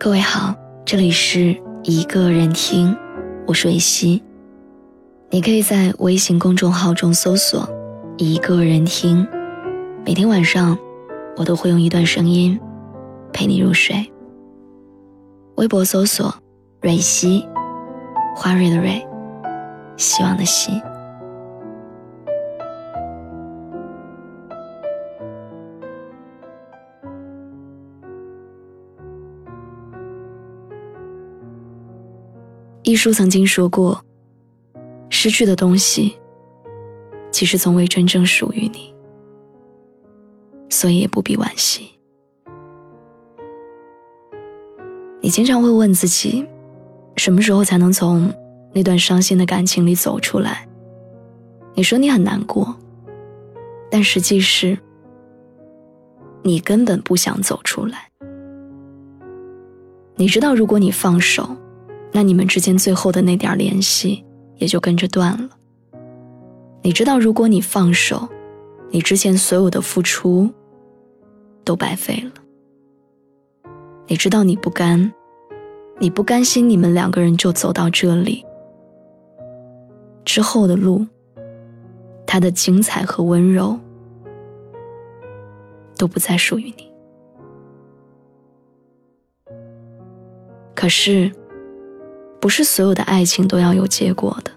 各位好，这里是一个人听，我是维希。你可以在微信公众号中搜索一个人听，每天晚上我都会用一段声音陪你入睡。微博搜索蕊希，花蕊的蕊，希望的希。一书曾经说过，失去的东西其实从未真正属于你，所以也不必惋惜。你经常会问自己，什么时候才能从那段伤心的感情里走出来？你说你很难过，但实际是你根本不想走出来。你知道，如果你放手，那你们之间最后的那点联系也就跟着断了。你知道，如果你放手，你之前所有的付出都白费了。你知道你不甘心你们两个人就走到这里，之后的路，它的精彩和温柔都不再属于你。可是不是所有的爱情都要有结果的。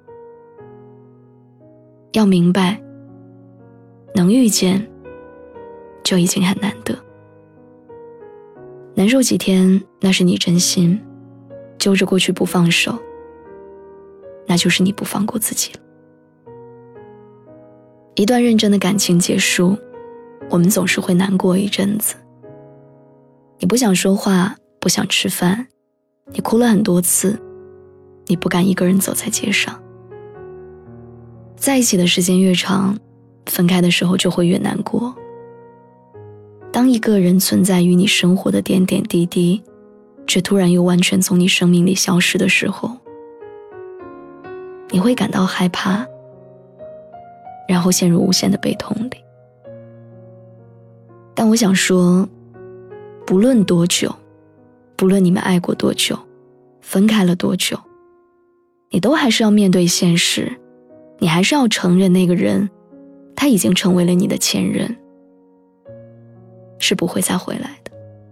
要明白，能遇见就已经很难得。难受几天，那是你真心；揪着过去不放手，那就是你不放过自己了。一段认真的感情结束，我们总是会难过一阵子。你不想说话，不想吃饭，你哭了很多次，你不敢一个人走在街上。在一起的时间越长，分开的时候就会越难过。当一个人存在于你生活的点点滴滴，却突然又完全从你生命里消失的时候，你会感到害怕，然后陷入无限的悲痛里。但我想说，不论多久，不论你们爱过多久，分开了多久，你都还是要面对现实，你还是要承认那个人，他已经成为了你的前任，是不会再回来的。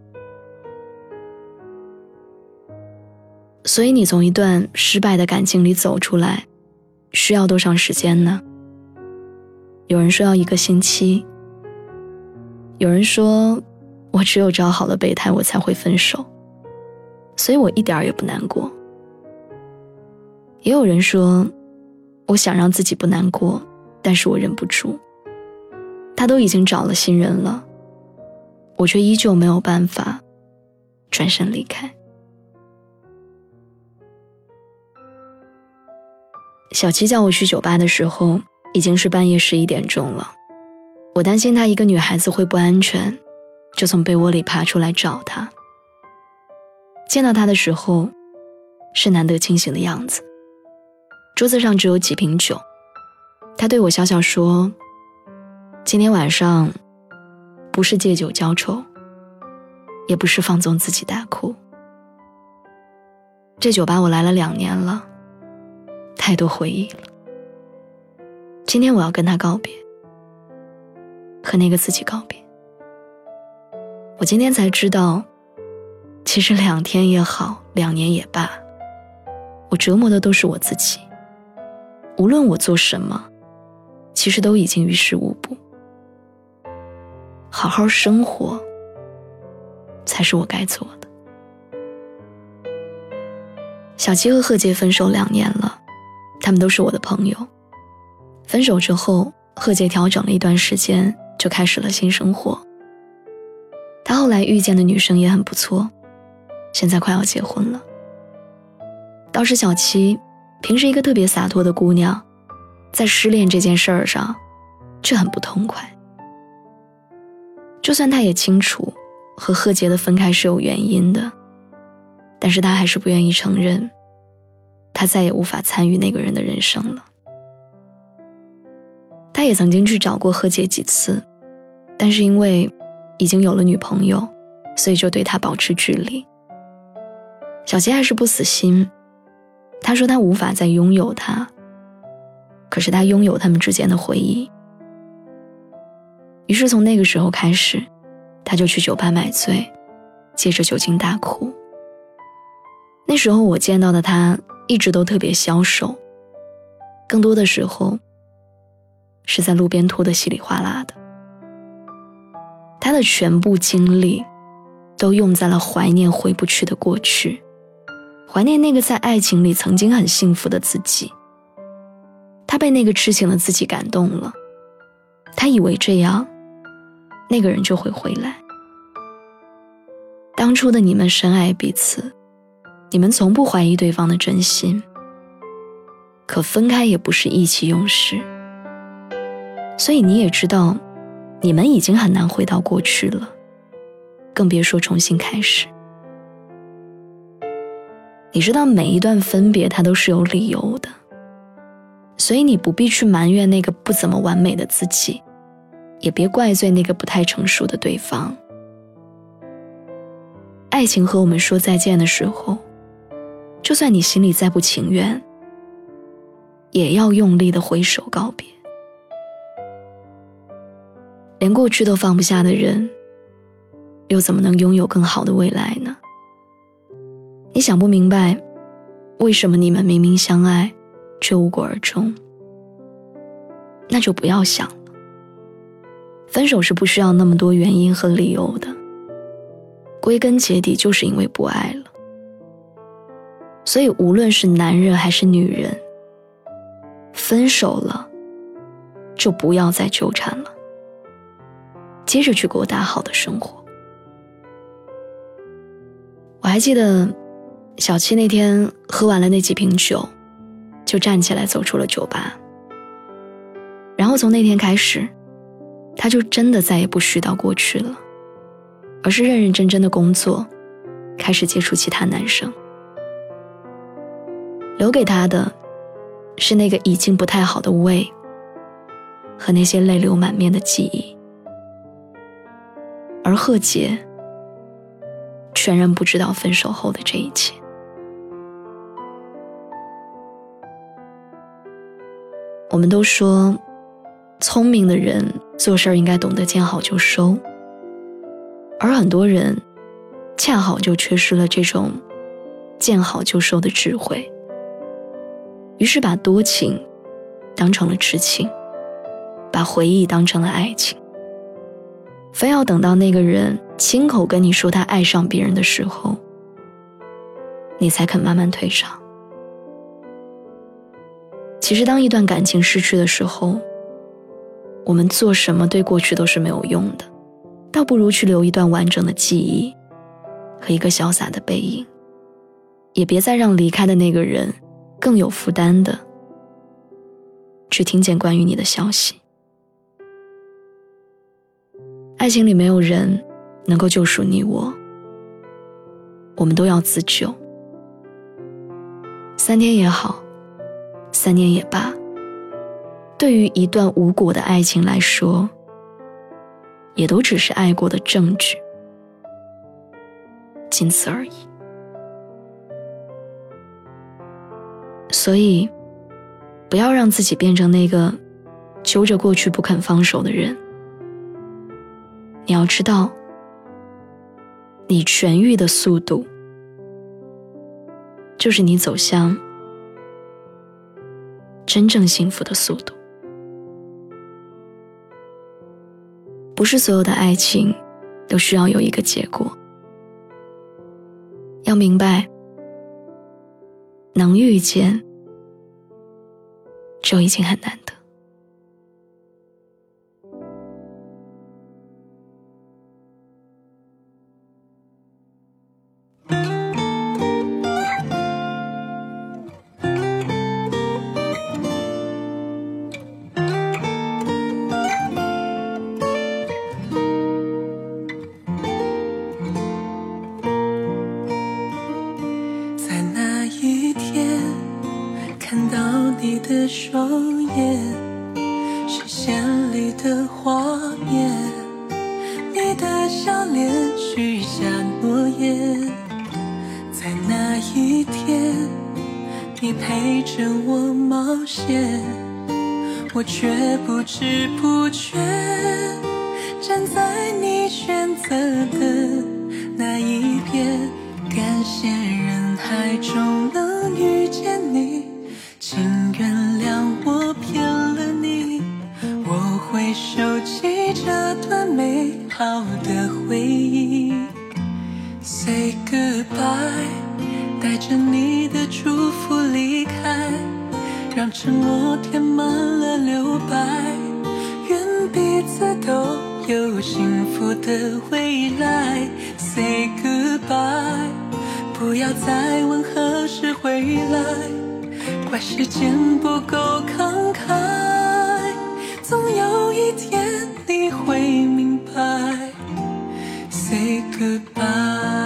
所以你从一段失败的感情里走出来，需要多长时间呢？有人说要1个星期，有人说我只有找好了备胎我才会分手，所以我一点也不难过。也有人说，我想让自己不难过，但是我忍不住。他都已经找了新人了，我却依旧没有办法转身离开。小七叫我去酒吧的时候，已经是半夜11点钟了。我担心她一个女孩子会不安全，就从被窝里爬出来找她。见到她的时候，是难得清醒的样子。桌子上只有几瓶酒，她对我笑笑说，今天晚上不是借酒浇愁，也不是放纵自己大哭。这酒吧我来了2年了，太多回忆了。今天我要跟他告别，和那个自己告别。我今天才知道，其实2天也好，2年也罢，我折磨的都是我自己。无论我做什么，其实都已经于事无补。好好生活才是我该做的。小七和贺杰分手2年了，他们都是我的朋友。分手之后，贺杰调整了一段时间，就开始了新生活。他后来遇见的女生也很不错，现在快要结婚了。倒是小七，平时一个特别洒脱的姑娘，在失恋这件事儿上却很不痛快。就算她也清楚和贺杰的分开是有原因的，但是她还是不愿意承认，她再也无法参与那个人的人生了。她也曾经去找过贺杰几次，但是因为已经有了女朋友，所以就对他保持距离。 小七还是不死心，他说他无法再拥有他，可是他拥有他们之间的回忆。于是从那个时候开始，他就去酒吧买醉，借着酒精大哭。那时候我见到的他一直都特别消瘦，更多的时候是在路边吐得稀里哗啦的。他的全部精力都用在了怀念回不去的过去，怀念那个在爱情里曾经很幸福的自己。他被那个痴情的自己感动了，他以为这样那个人就会回来。当初的你们深爱彼此，你们从不怀疑对方的真心，可分开也不是意气用事，所以你也知道你们已经很难回到过去了，更别说重新开始。你知道每一段分别它都是有理由的，所以你不必去埋怨那个不怎么完美的自己，也别怪罪那个不太成熟的对方。爱情和我们说再见的时候，就算你心里再不情愿，也要用力地挥手告别。连过去都放不下的人，又怎么能拥有更好的未来呢？你想不明白，为什么你们明明相爱，却无果而终？那就不要想了。分手是不需要那么多原因和理由的，归根结底就是因为不爱了。所以无论是男人还是女人，分手了就不要再纠缠了，接着去过大好的生活。我还记得小七那天喝完了那几瓶酒，就站起来走出了酒吧。然后从那天开始，他就真的再也不絮叨过去了，而是认认真真的工作，开始接触其他男生。留给他的是那个已经不太好的胃和那些泪流满面的记忆。而贺杰全然不知道分手后的这一切。我们都说聪明的人做事应该懂得见好就收，而很多人恰好就缺失了这种见好就收的智慧，于是把多情当成了痴情，把回忆当成了爱情，非要等到那个人亲口跟你说他爱上别人的时候，你才肯慢慢退场。其实当一段感情失去的时候，我们做什么对过去都是没有用的，倒不如去留一段完整的记忆和一个潇洒的背影，也别再让离开的那个人更有负担的去听见关于你的消息。爱情里没有人能够救赎你我，我们都要自救。3天也好，3年也罢，对于一段无果的爱情来说，也都只是爱过的证据，仅此而已。所以不要让自己变成那个揪着过去不肯放手的人。你要知道，你痊愈的速度就是你走向真正幸福的速度。不是所有的爱情都需要有一个结果，要明白，能遇见就已经很难得。 你的双眼，视线里的画面，你的笑脸，许下诺言，在在那一天，你陪着我冒险，我却不知不觉站在你选择的那一边。感谢人海中能遇见你，请原谅我骗了你，我会收集这段美好的回忆。 Say goodbye， 带着你的祝福离开，让沉默填满了留白，愿彼此都有幸福的未来。 Say goodbye， 不要再问何时回来，怪时间不够慷慨，总有一天你会明白。 Say goodbye。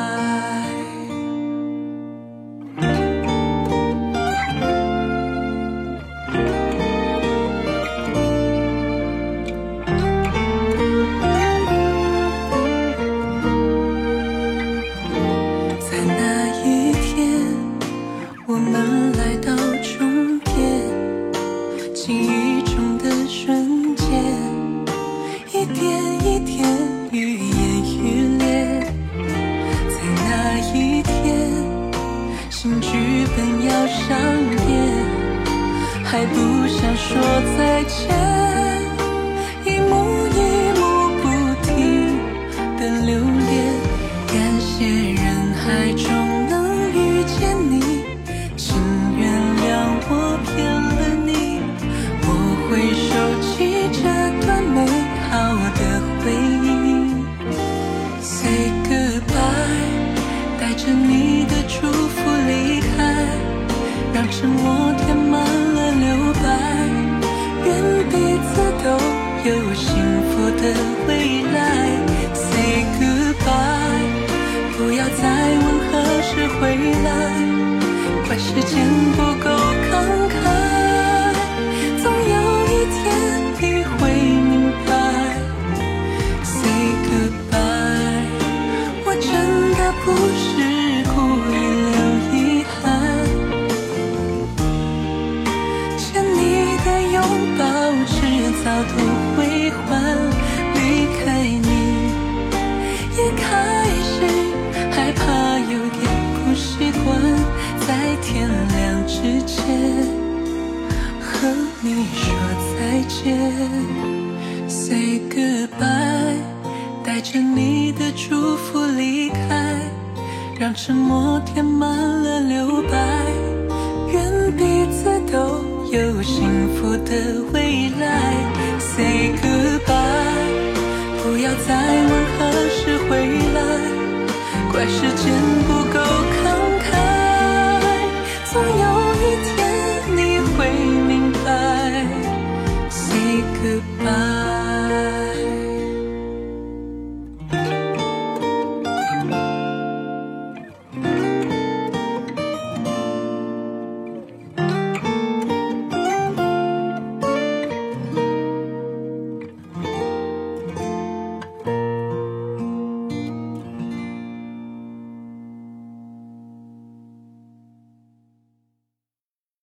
我们来到终点，记忆中的瞬间，一点一点愈演愈烈。在那一天，新剧本要上演，还不想说再见，一幕一幕不停的留恋。感谢人海中能遇见你，请原谅我骗了你，我会收集这段美好的回忆。 Say goodbye， 带着你的祝福离开，让沉默填满了留白，愿彼此都有幸福的未来。 Say goodbye， 不要再问何时回来，怪时间不够慷慨，总有一天你会明白。 Say goodbye， 我真的不是故意留遗憾，欠你的拥抱迟早都会还，离开你也开始害怕，有点不习惯，在天亮之前和你说再见。 Say goodbye， 带着你的祝福离开，让沉默填满了留白，愿彼此都有幸福的未来。 Say goodbye， 不要再问何时回来，怪时间不够慷慨，总有一天你会明白。 Say goodbye。